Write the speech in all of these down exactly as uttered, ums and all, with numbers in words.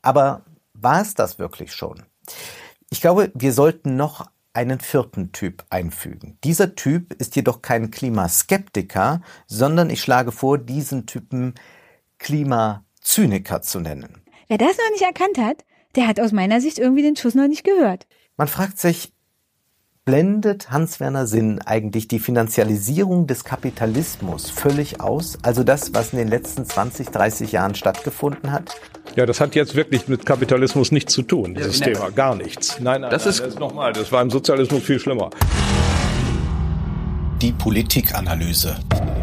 Aber war es das wirklich schon? Ich glaube, wir sollten noch einen vierten Typ einfügen. Dieser Typ ist jedoch kein Klimaskeptiker, sondern ich schlage vor, diesen Typen Klimazyniker zu nennen. Wer das noch nicht erkannt hat, der hat aus meiner Sicht irgendwie den Schuss noch nicht gehört. Man fragt sich, blendet Hans-Werner Sinn eigentlich die Finanzialisierung des Kapitalismus völlig aus? Also das, was in den letzten zwanzig, dreißig Jahren stattgefunden hat? Ja, das hat jetzt wirklich mit Kapitalismus nichts zu tun, dieses ja, Thema. Gar nichts. Nein, nein, das nein, ist, das ist nochmal, das war im Sozialismus viel schlimmer. Die Politikanalyse.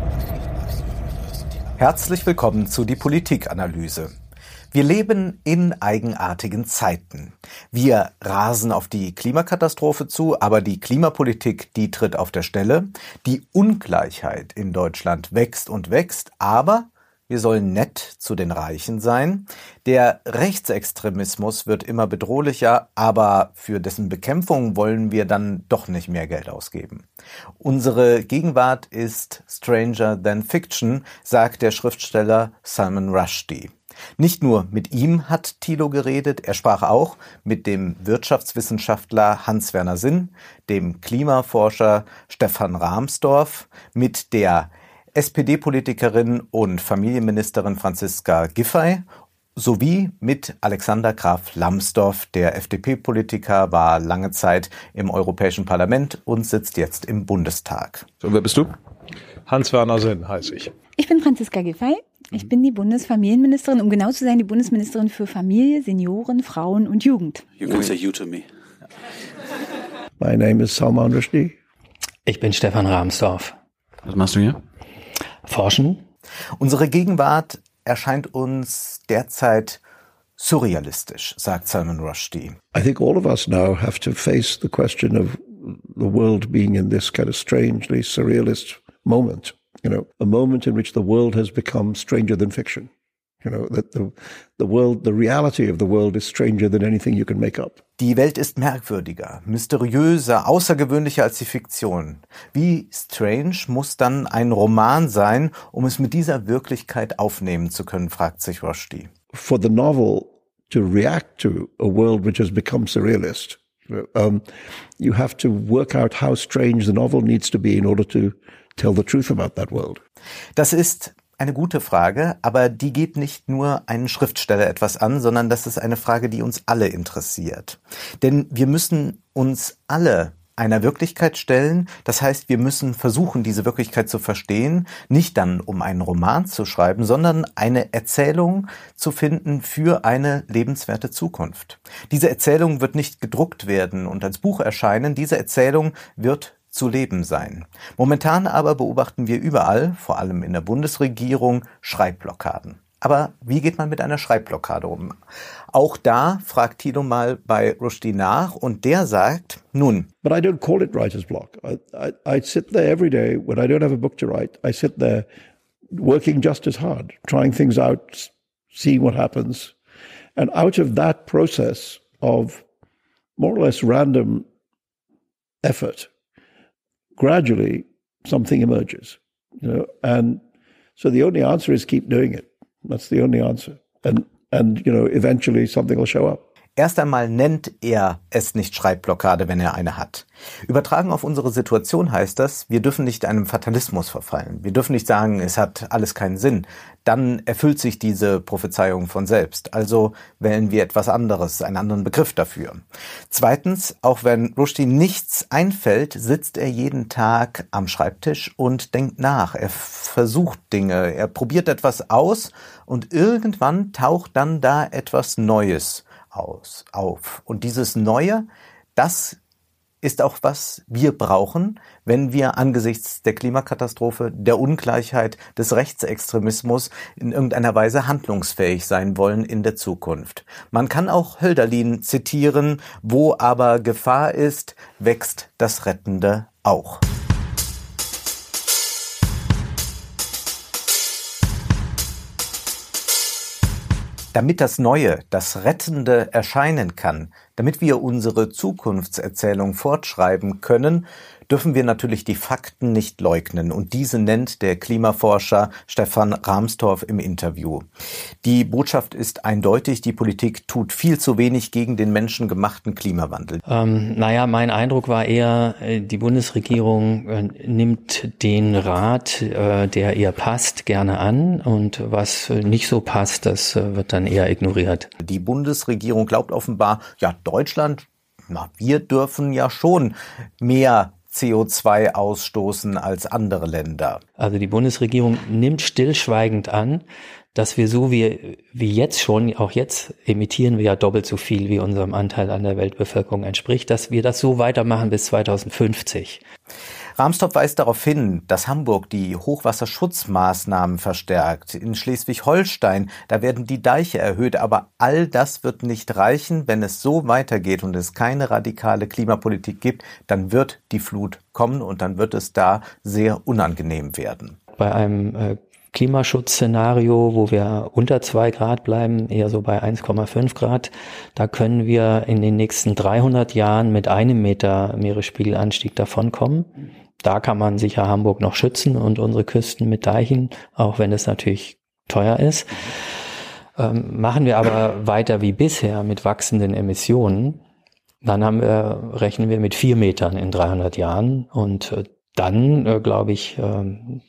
Herzlich willkommen zu Die Politikanalyse. Wir leben in eigenartigen Zeiten. Wir rasen auf die Klimakatastrophe zu, aber die Klimapolitik, die tritt auf der Stelle. Die Ungleichheit in Deutschland wächst und wächst, aber wir sollen nett zu den Reichen sein. Der Rechtsextremismus wird immer bedrohlicher, aber für dessen Bekämpfung wollen wir dann doch nicht mehr Geld ausgeben. Unsere Gegenwart ist stranger than fiction, sagt der Schriftsteller Salman Rushdie. Nicht nur mit ihm hat Thilo geredet, er sprach auch mit dem Wirtschaftswissenschaftler Hans-Werner Sinn, dem Klimaforscher Stefan Rahmsdorf, mit der S P D-Politikerin und Familienministerin Franziska Giffey sowie mit Alexander Graf Lambsdorff, der F D P-Politiker, war lange Zeit im Europäischen Parlament und sitzt jetzt im Bundestag. So, wer bist du? Hans-Werner Sinn heiße ich. Ich bin Franziska Giffey. Ich bin die Bundesfamilienministerin, um genau zu sein, die Bundesministerin für Familie, Senioren, Frauen und Jugend. You can say you to me. My name is Salman Rushdie. Ich bin Stefan Rahmsdorff. Was machst du hier? Forschen. Unsere Gegenwart erscheint uns derzeit surrealistisch, sagt Salman Rushdie. I think all of us now have to face the question of the world being in this kind of strangely surrealist moment. You know, a moment in which the world has become stranger than fiction. You know, that the, the world, the reality of the world is stranger than anything you can make up. Die Welt ist merkwürdiger, mysteriöser, außergewöhnlicher als die Fiktion. Wie strange muss dann ein Roman sein, um es mit dieser Wirklichkeit aufnehmen zu können, fragt sich Rushdie. For the novel to react to a world which has become surrealist, um, you have to work out how strange the novel needs to be in order to tell the truth about that world. Das ist eine gute Frage, aber die geht nicht nur einen Schriftsteller etwas an, sondern das ist eine Frage, die uns alle interessiert. Denn wir müssen uns alle einer Wirklichkeit stellen, das heißt, wir müssen versuchen, diese Wirklichkeit zu verstehen, nicht dann, um einen Roman zu schreiben, sondern eine Erzählung zu finden für eine lebenswerte Zukunft. Diese Erzählung wird nicht gedruckt werden und als Buch erscheinen, diese Erzählung wird zu leben sein. Momentan aber beobachten wir überall, vor allem in der Bundesregierung, Schreibblockaden. Aber wie geht man mit einer Schreibblockade um? Auch da fragt Thilo mal bei Rushdie nach und der sagt, nun. But I don't call it writer's block. I, I, I sit there every day when I don't have a book to write. I sit there working just as hard, trying things out, seeing what happens. And out of that process of more or less random effort, gradually something emerges, you know, and so the only answer is keep doing it. That's the only answer. And, and, you know, eventually something will show up. Erst einmal nennt er es nicht Schreibblockade, wenn er eine hat. Übertragen auf unsere Situation heißt das, wir dürfen nicht einem Fatalismus verfallen. Wir dürfen nicht sagen, es hat alles keinen Sinn. Dann erfüllt sich diese Prophezeiung von selbst. Also wählen wir etwas anderes, einen anderen Begriff dafür. Zweitens, auch wenn Rushdie nichts einfällt, sitzt er jeden Tag am Schreibtisch und denkt nach. Er versucht Dinge, er probiert etwas aus und irgendwann taucht dann da etwas Neues aus, auf. Und dieses Neue, das ist auch, was wir brauchen, wenn wir angesichts der Klimakatastrophe, der Ungleichheit, des Rechtsextremismus in irgendeiner Weise handlungsfähig sein wollen in der Zukunft. Man kann auch Hölderlin zitieren, wo aber Gefahr ist, wächst das Rettende auch. Damit das Neue, das Rettende erscheinen kann, Damit wir unsere Zukunftserzählung fortschreiben können, dürfen wir natürlich die Fakten nicht leugnen. Und diese nennt der Klimaforscher Stefan Rahmstorf im Interview. Die Botschaft ist eindeutig, die Politik tut viel zu wenig gegen den menschengemachten Klimawandel. Ähm, naja, mein Eindruck war eher, die Bundesregierung äh, nimmt den Rat, äh, der ihr passt, gerne an. Und was nicht so passt, das äh, wird dann eher ignoriert. Die Bundesregierung glaubt offenbar, ja, Deutschland, na, wir dürfen ja schon mehr C O zwei ausstoßen als andere Länder. Also die Bundesregierung nimmt stillschweigend an, dass wir so wie, wie jetzt schon, auch jetzt emittieren wir ja doppelt so viel, wie unserem Anteil an der Weltbevölkerung entspricht, dass wir das so weitermachen bis zweitausendfünfzig. Rahmstorf weist darauf hin, dass Hamburg die Hochwasserschutzmaßnahmen verstärkt. In Schleswig-Holstein, da werden die Deiche erhöht, aber all das wird nicht reichen. Wenn es so weitergeht und es keine radikale Klimapolitik gibt, dann wird die Flut kommen und dann wird es da sehr unangenehm werden. Bei einem äh, Klimaschutzszenario, wo wir unter zwei Grad bleiben, eher so bei eins Komma fünf Grad, da können wir in den nächsten dreihundert Jahren mit einem Meter Meeresspiegelanstieg davonkommen. Da kann man sicher Hamburg noch schützen und unsere Küsten mit Deichen, auch wenn es natürlich teuer ist. Ähm, machen wir aber weiter wie bisher mit wachsenden Emissionen, dann haben wir, rechnen wir mit vier Metern in dreihundert Jahren und äh, dann, äh, glaube ich, äh,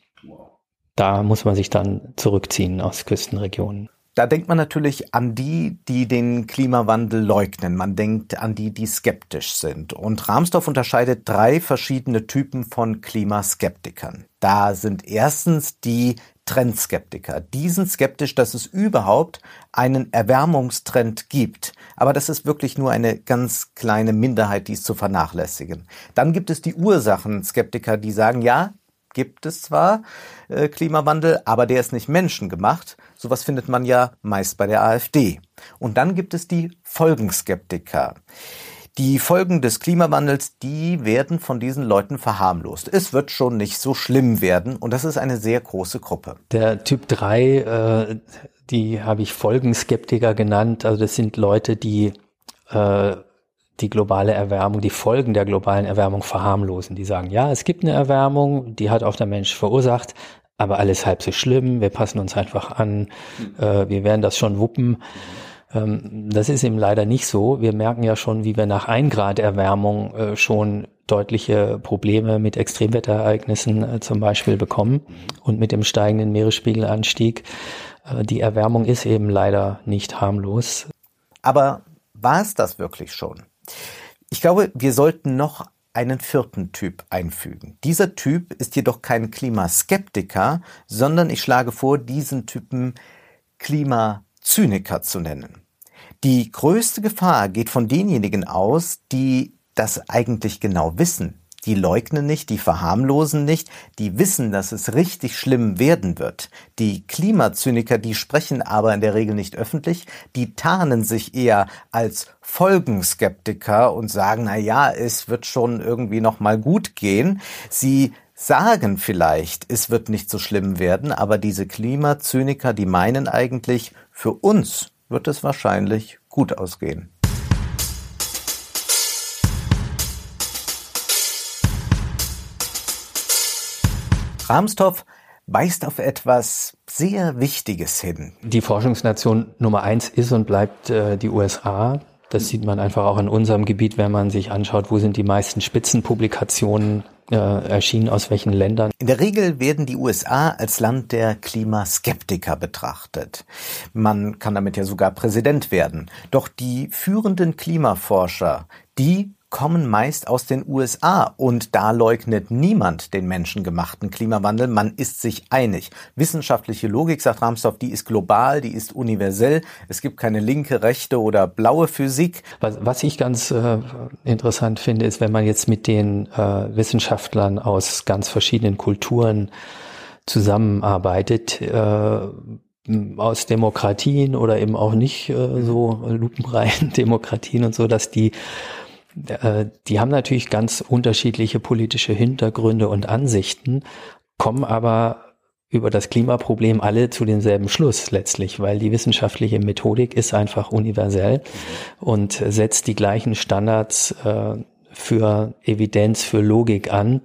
da muss man sich dann zurückziehen aus Küstenregionen. Da denkt man natürlich an die, die den Klimawandel leugnen. Man denkt an die, die skeptisch sind. Und Rahmstorf unterscheidet drei verschiedene Typen von Klimaskeptikern. Da sind erstens die Trendskeptiker. Die sind skeptisch, dass es überhaupt einen Erwärmungstrend gibt. Aber das ist wirklich nur eine ganz kleine Minderheit, die ist zu vernachlässigen. Dann gibt es die Ursachenskeptiker, die sagen, ja, gibt es zwar äh, Klimawandel, aber der ist nicht menschengemacht. Sowas findet man ja meist bei der AfD. Und dann gibt es die Folgenskeptiker. Die Folgen des Klimawandels, die werden von diesen Leuten verharmlost. Es wird schon nicht so schlimm werden und das ist eine sehr große Gruppe. Der Typ drei, äh, die habe ich Folgenskeptiker genannt. Also das sind Leute, die äh, die globale Erwärmung, die Folgen der globalen Erwärmung verharmlosen. Die sagen, ja, es gibt eine Erwärmung, die hat auch der Mensch verursacht, aber alles halb so schlimm, wir passen uns einfach an, äh, wir werden das schon wuppen. Ähm, das ist eben leider nicht so. Wir merken ja schon, wie wir nach ein Grad Erwärmung äh, schon deutliche Probleme mit Extremwetterereignissen äh, zum Beispiel bekommen und mit dem steigenden Meeresspiegelanstieg. Äh, die Erwärmung ist eben leider nicht harmlos. Aber war es das wirklich schon? Ich glaube, wir sollten noch einen vierten Typ einfügen. Dieser Typ ist jedoch kein Klimaskeptiker, sondern ich schlage vor, diesen Typen Klimazyniker zu nennen. Die größte Gefahr geht von denjenigen aus, die das eigentlich genau wissen. Die leugnen nicht, die verharmlosen nicht, die wissen, dass es richtig schlimm werden wird. Die Klimazyniker, die sprechen aber in der Regel nicht öffentlich, die tarnen sich eher als Folgenskeptiker und sagen, na ja, es wird schon irgendwie noch mal gut gehen. Sie sagen vielleicht, es wird nicht so schlimm werden, aber diese Klimazyniker, die meinen eigentlich, für uns wird es wahrscheinlich gut ausgehen. Rahmstorf weist auf etwas sehr Wichtiges hin. Die Forschungsnation Nummer eins ist und bleibt äh, die U S A. Das sieht man einfach auch in unserem Gebiet, wenn man sich anschaut, wo sind die meisten Spitzenpublikationen äh, erschienen, aus welchen Ländern. In der Regel werden die U S A als Land der Klimaskeptiker betrachtet. Man kann damit ja sogar Präsident werden. Doch die führenden Klimaforscher, die kommen meist aus den U S A und da leugnet niemand den menschengemachten Klimawandel. Man ist sich einig. Wissenschaftliche Logik, sagt Rahmstorf, die ist global, die ist universell. Es gibt keine linke, rechte oder blaue Physik. Was, was ich ganz äh, interessant finde, ist, wenn man jetzt mit den äh, Wissenschaftlern aus ganz verschiedenen Kulturen zusammenarbeitet, äh, aus Demokratien oder eben auch nicht äh, so lupenreinen Demokratien und so, dass die Die haben natürlich ganz unterschiedliche politische Hintergründe und Ansichten, kommen aber über das Klimaproblem alle zu demselben Schluss letztlich, weil die wissenschaftliche Methodik ist einfach universell und setzt die gleichen Standards äh, für Evidenz, für Logik an,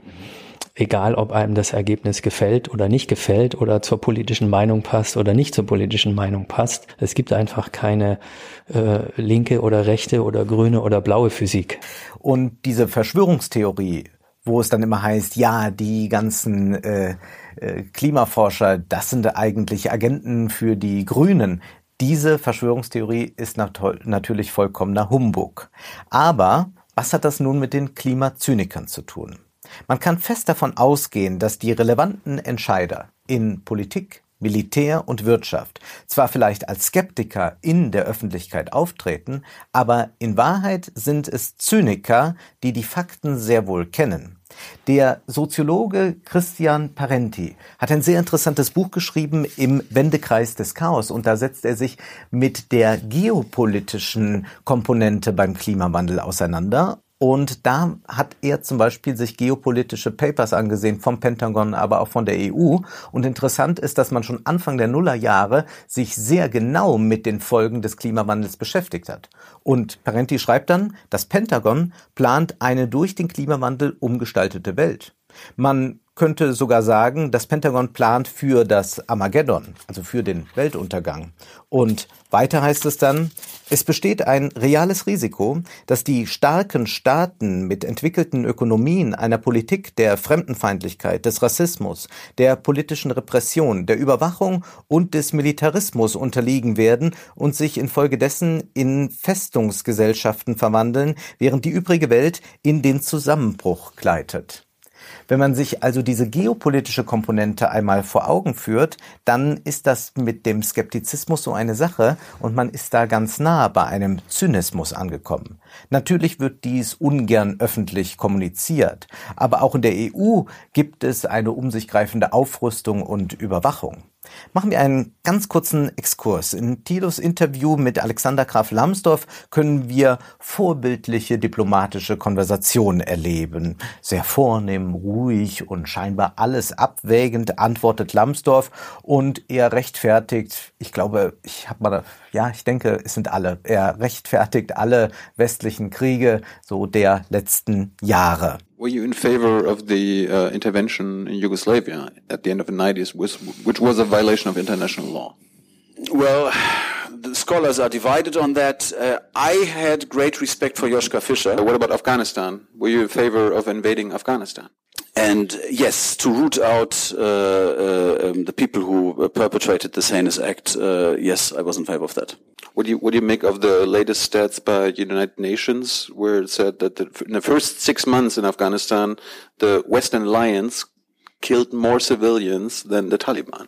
egal ob einem das Ergebnis gefällt oder nicht gefällt oder zur politischen Meinung passt oder nicht zur politischen Meinung passt. Es gibt einfach keine äh, linke oder rechte oder grüne oder blaue Physik. Und diese Verschwörungstheorie, wo es dann immer heißt, ja, die ganzen äh, äh, Klimaforscher, das sind eigentlich Agenten für die Grünen. Diese Verschwörungstheorie ist nat- natürlich vollkommener Humbug. Aber was hat das nun mit den Klimazynikern zu tun? Man kann fest davon ausgehen, dass die relevanten Entscheider in Politik, Militär und Wirtschaft zwar vielleicht als Skeptiker in der Öffentlichkeit auftreten, aber in Wahrheit sind es Zyniker, die die Fakten sehr wohl kennen. Der Soziologe Christian Parenti hat ein sehr interessantes Buch geschrieben im Wendekreis des Chaos und da setzt er sich mit der geopolitischen Komponente beim Klimawandel auseinander. Und da hat er zum Beispiel sich geopolitische Papers angesehen vom Pentagon, aber auch von der E U. Und interessant ist, dass man schon Anfang der Nullerjahre sich sehr genau mit den Folgen des Klimawandels beschäftigt hat. Und Parenti schreibt dann, das Pentagon plant eine durch den Klimawandel umgestaltete Welt. Man könnte sogar sagen, das Pentagon plant für das Armageddon, also für den Weltuntergang. Und weiter heißt es dann, es besteht ein reales Risiko, dass die starken Staaten mit entwickelten Ökonomien einer Politik der Fremdenfeindlichkeit, des Rassismus, der politischen Repression, der Überwachung und des Militarismus unterliegen werden und sich infolgedessen in Festungsgesellschaften verwandeln, während die übrige Welt in den Zusammenbruch gleitet. Wenn man sich also diese geopolitische Komponente einmal vor Augen führt, dann ist das mit dem Skeptizismus so eine Sache und man ist da ganz nah bei einem Zynismus angekommen. Natürlich wird dies ungern öffentlich kommuniziert, aber auch in der E U gibt es eine um sich greifende Aufrüstung und Überwachung. Machen wir einen ganz kurzen Exkurs. In Thilos Interview mit Alexander Graf Lambsdorff können wir vorbildliche diplomatische Konversationen erleben. Sehr vornehm, ruhig und scheinbar alles abwägend antwortet Lambsdorff und er rechtfertigt, ich glaube, ich habe mal, ja, ich denke, es sind alle, er rechtfertigt alle westlichen Kriege so der letzten Jahre. Were you in favor of the uh, intervention in Yugoslavia at the end of the nineties, which, which was a violation of international law? Well, the scholars are divided on that. Uh, I had great respect for Joschka Fischer. What about Afghanistan? Were you in favor of invading Afghanistan? And yes, to root out uh, uh, um, the people who perpetrated this heinous act, uh, yes, I was in favor of that. What do you what do you make of the latest stats by United Nations, where it said that the, in the first six months in Afghanistan, the Western Alliance killed more civilians than the Taliban?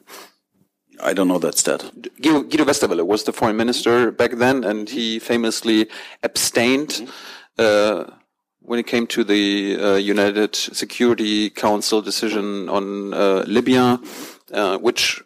I don't know that stat. Guido, Guido Westerwelle was the foreign minister back then, and he famously abstained mm-hmm. uh, when it came to the uh, United Security Council decision on uh, Libya, uh, which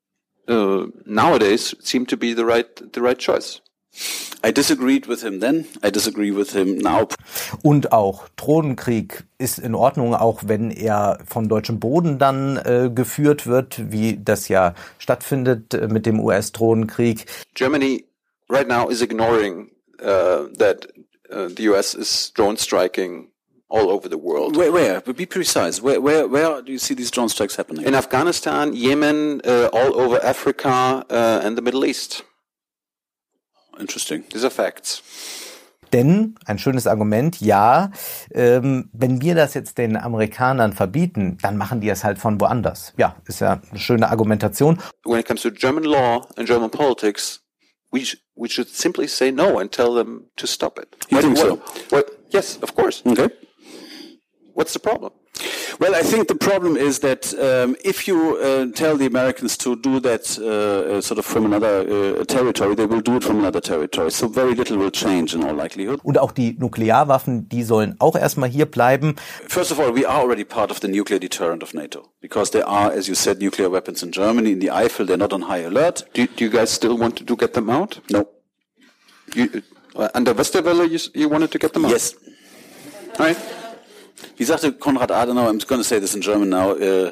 uh, nowadays seemed to be the right the right choice. I disagreed with him then. I disagree with him now. Und auch Drohnenkrieg ist in Ordnung, auch wenn er von deutschem Boden dann äh, geführt wird, wie das ja stattfindet äh, mit dem U S-Drohnenkrieg. Germany right now is ignoring uh, that uh, the U S is drone striking all over the world. Where? Where? But be precise. Where? Where? Where do you see these drone strikes happening? In Afghanistan, Yemen, uh, all over Africa uh, and the Middle East. Interesting. These are facts. Denn, ein schönes Argument, ja, ähm, wenn wir das jetzt den Amerikanern verbieten, dann machen die es halt von woanders. Ja, ist ja eine schöne Argumentation. When it comes to German law and German politics, we sh- we should simply say no and tell them to stop it. You what, think what, so? What, yes, of course. Okay. What's the problem? Well, I think the problem is that um, if you uh, tell the Americans to do that uh, sort of from another uh, territory, they will do it from another territory. So very little will change in all likelihood. Und auch die Nuklearwaffen, die sollen auch erstmal hier bleiben. First of all, we are already part of the nuclear deterrent of NATO because there are, as you said, nuclear weapons in Germany, in the Eifel. They're not on high alert. Do, do you guys still want to, to get them out? No. You, uh, under Westerwelle, you, you wanted to get them out? Yes. All right. Wie sagte Konrad Adenauer, I'm going to say this in German now, äh,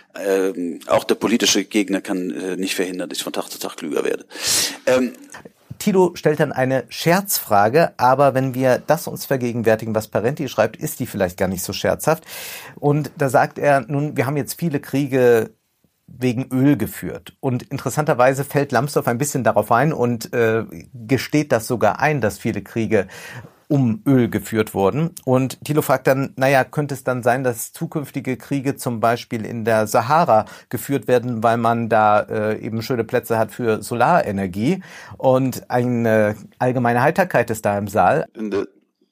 äh, auch der politische Gegner kann äh, nicht verhindern, dass ich von Tag zu Tag klüger werde. Ähm, Thilo stellt dann eine Scherzfrage, aber wenn wir das uns vergegenwärtigen, was Parenti schreibt, ist die vielleicht gar nicht so scherzhaft. Und da sagt er, nun, wir haben jetzt viele Kriege wegen Öl geführt. Und interessanterweise fällt Lambsdorff ein bisschen darauf ein und äh, gesteht das sogar ein, dass viele Kriege um Öl geführt wurden. Und Thilo fragt dann, naja, könnte es dann sein, dass zukünftige Kriege zum Beispiel in der Sahara geführt werden, weil man da äh, eben schöne Plätze hat für Solarenergie und eine allgemeine Heiterkeit ist da im Saal. In the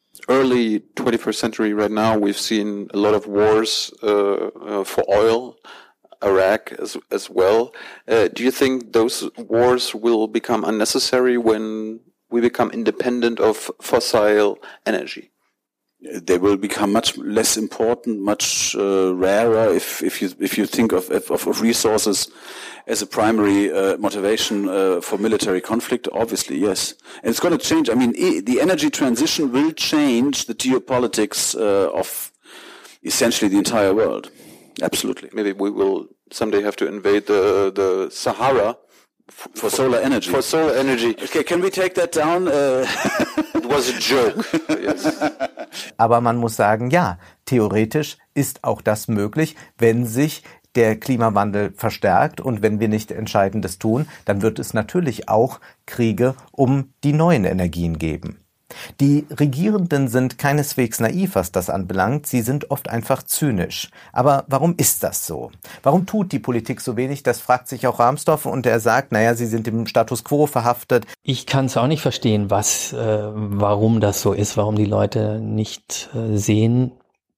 early twenty-first century right now, we've seen a lot of wars uh, uh, for oil, Iraq as, as well. Uh, do you think those wars will become unnecessary when we become independent of fossil energy? They will become much less important, much uh, rarer if if you if you think of of, of resources as a primary uh, motivation uh, for military conflict. Obviously, yes, and it's going to change. I mean, the energy transition will change the geopolitics uh, of essentially the entire world. Absolutely. Maybe we will someday have to invade the the Sahara. For solar energy. For solar energy. Okay, can we take that down? Uh It was a joke. Yes. Aber man muss sagen, ja, theoretisch ist auch das möglich, wenn sich der Klimawandel verstärkt und wenn wir nicht Entscheidendes tun, dann wird es natürlich auch Kriege um die neuen Energien geben. Die Regierenden sind keineswegs naiv, was das anbelangt. Sie sind oft einfach zynisch. Aber warum ist das so? Warum tut die Politik so wenig? Das fragt sich auch Rahmsdorff und er sagt, naja, sie sind im Status quo verhaftet. Ich kann es auch nicht verstehen, was, äh, warum das so ist, warum die Leute nicht äh, sehen,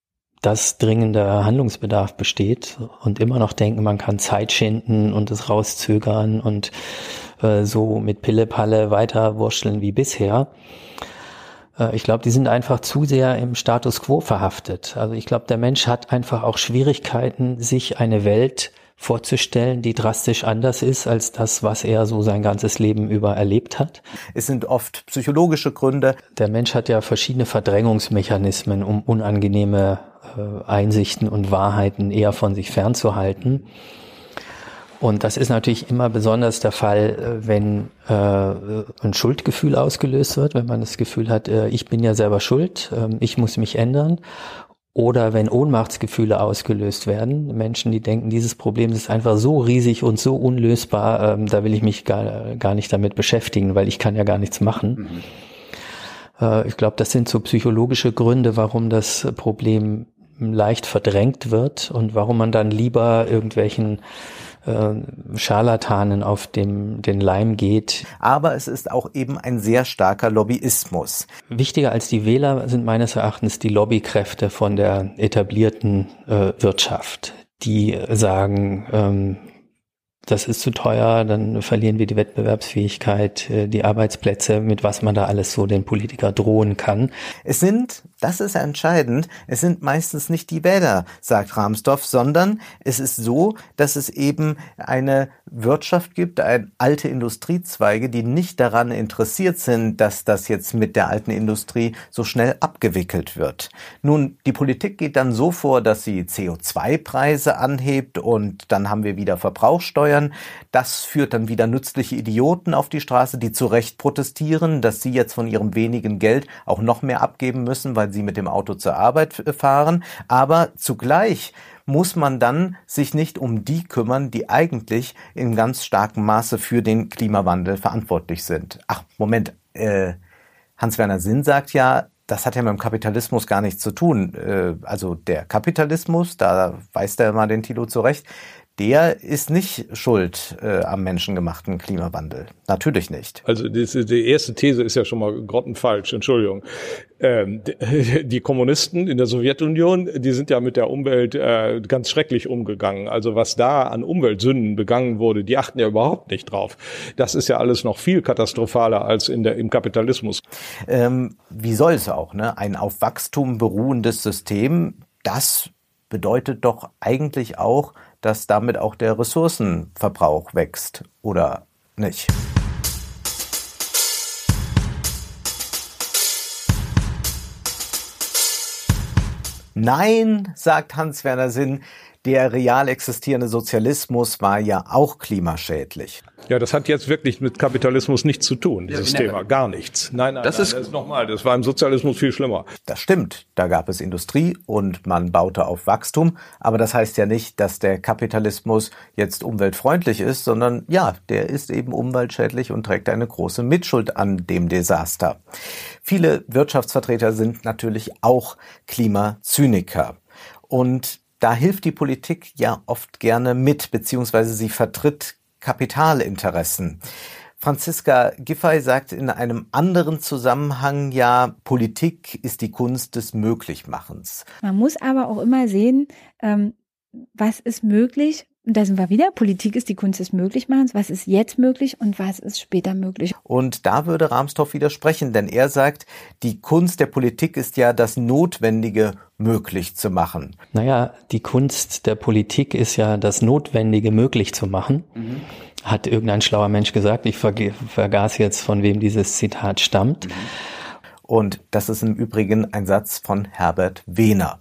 dass dringender Handlungsbedarf besteht und immer noch denken, man kann Zeit schinden und es rauszögern und äh, so mit Pille-Palle weiterwurschteln wie bisher. Ich glaube, die sind einfach zu sehr im Status quo verhaftet. Also ich glaube, der Mensch hat einfach auch Schwierigkeiten, sich eine Welt vorzustellen, die drastisch anders ist als das, was er so sein ganzes Leben über erlebt hat. Es sind oft psychologische Gründe. Der Mensch hat ja verschiedene Verdrängungsmechanismen, um unangenehme äh, Einsichten und Wahrheiten eher von sich fernzuhalten. Und das ist natürlich immer besonders der Fall, wenn äh, ein Schuldgefühl ausgelöst wird, wenn man das Gefühl hat, äh, ich bin ja selber schuld, äh, ich muss mich ändern. Oder wenn Ohnmachtsgefühle ausgelöst werden, Menschen, die denken, dieses Problem ist einfach so riesig und so unlösbar, äh, da will ich mich gar, gar nicht damit beschäftigen, weil ich kann ja gar nichts machen. Mhm. Äh, ich glaube, das sind so psychologische Gründe, warum das Problem leicht verdrängt wird und warum man dann lieber irgendwelchen Scharlatanen auf dem den Leim geht. Aber es ist auch eben ein sehr starker Lobbyismus. Wichtiger als die Wähler sind meines Erachtens die Lobbykräfte von der etablierten äh, Wirtschaft, die sagen, ähm, das ist zu teuer, dann verlieren wir die Wettbewerbsfähigkeit, die Arbeitsplätze, mit was man da alles so den Politiker drohen kann. Es sind, das ist entscheidend, es sind meistens nicht die Wähler, sagt Rahmsdorff, sondern es ist so, dass es eben eine Wirtschaft gibt, eine alte Industriezweige, die nicht daran interessiert sind, dass das jetzt mit der alten Industrie so schnell abgewickelt wird. Nun, die Politik geht dann so vor, dass sie C O zwei Preise anhebt und dann haben wir wieder Verbrauchssteuern. Das führt dann wieder nützliche Idioten auf die Straße, die zu Recht protestieren, dass sie jetzt von ihrem wenigen Geld auch noch mehr abgeben müssen, weil sie mit dem Auto zur Arbeit fahren. Aber zugleich muss man dann sich nicht um die kümmern, die eigentlich in ganz starkem Maße für den Klimawandel verantwortlich sind. Ach, Moment, äh, Hans-Werner Sinn sagt ja, das hat ja mit dem Kapitalismus gar nichts zu tun. Äh, also der Kapitalismus, da weist er mal den Thilo zurecht, der ist nicht schuld äh, am menschengemachten Klimawandel. Natürlich nicht. Also die, die erste These ist ja schon mal grottenfalsch, Entschuldigung. Ähm, die, die Kommunisten in der Sowjetunion, die sind ja mit der Umwelt äh, ganz schrecklich umgegangen. Also was da an Umweltsünden begangen wurde, die achten ja überhaupt nicht drauf. Das ist ja alles noch viel katastrophaler als in der, im Kapitalismus. Ähm, wie soll es auch, ne? Ein auf Wachstum beruhendes System, das bedeutet doch eigentlich auch, dass damit auch der Ressourcenverbrauch wächst, oder nicht? Nein, sagt Hans-Werner Sinn, der real existierende Sozialismus war ja auch klimaschädlich. Ja, das hat jetzt wirklich mit Kapitalismus nichts zu tun, dieses ja, Thema. Gar nichts. Nein, nein, das, nein, ist, das ist nochmal, das war im Sozialismus viel schlimmer. Das stimmt. Da gab es Industrie und man baute auf Wachstum. Aber das heißt ja nicht, dass der Kapitalismus jetzt umweltfreundlich ist, sondern ja, der ist eben umweltschädlich und trägt eine große Mitschuld an dem Desaster. Viele Wirtschaftsvertreter sind natürlich auch Klimazyniker. Und da hilft die Politik ja oft gerne mit, beziehungsweise sie vertritt Kapitalinteressen. Franziska Giffey sagt in einem anderen Zusammenhang ja, Politik ist die Kunst des Möglichmachens. Man muss aber auch immer sehen, ähm, was ist möglich. Und da sind wir wieder, Politik ist die Kunst des Möglichmachens. Was ist jetzt möglich und was ist später möglich? Und da würde Rahmstorff widersprechen, denn er sagt, die Kunst der Politik ist ja das Notwendige möglich zu machen. Naja, die Kunst der Politik ist ja das Notwendige möglich zu machen, mhm. hat irgendein schlauer Mensch gesagt. Ich verge- vergaß jetzt, von wem dieses Zitat stammt. Mhm. Und das ist im Übrigen ein Satz von Herbert Wehner.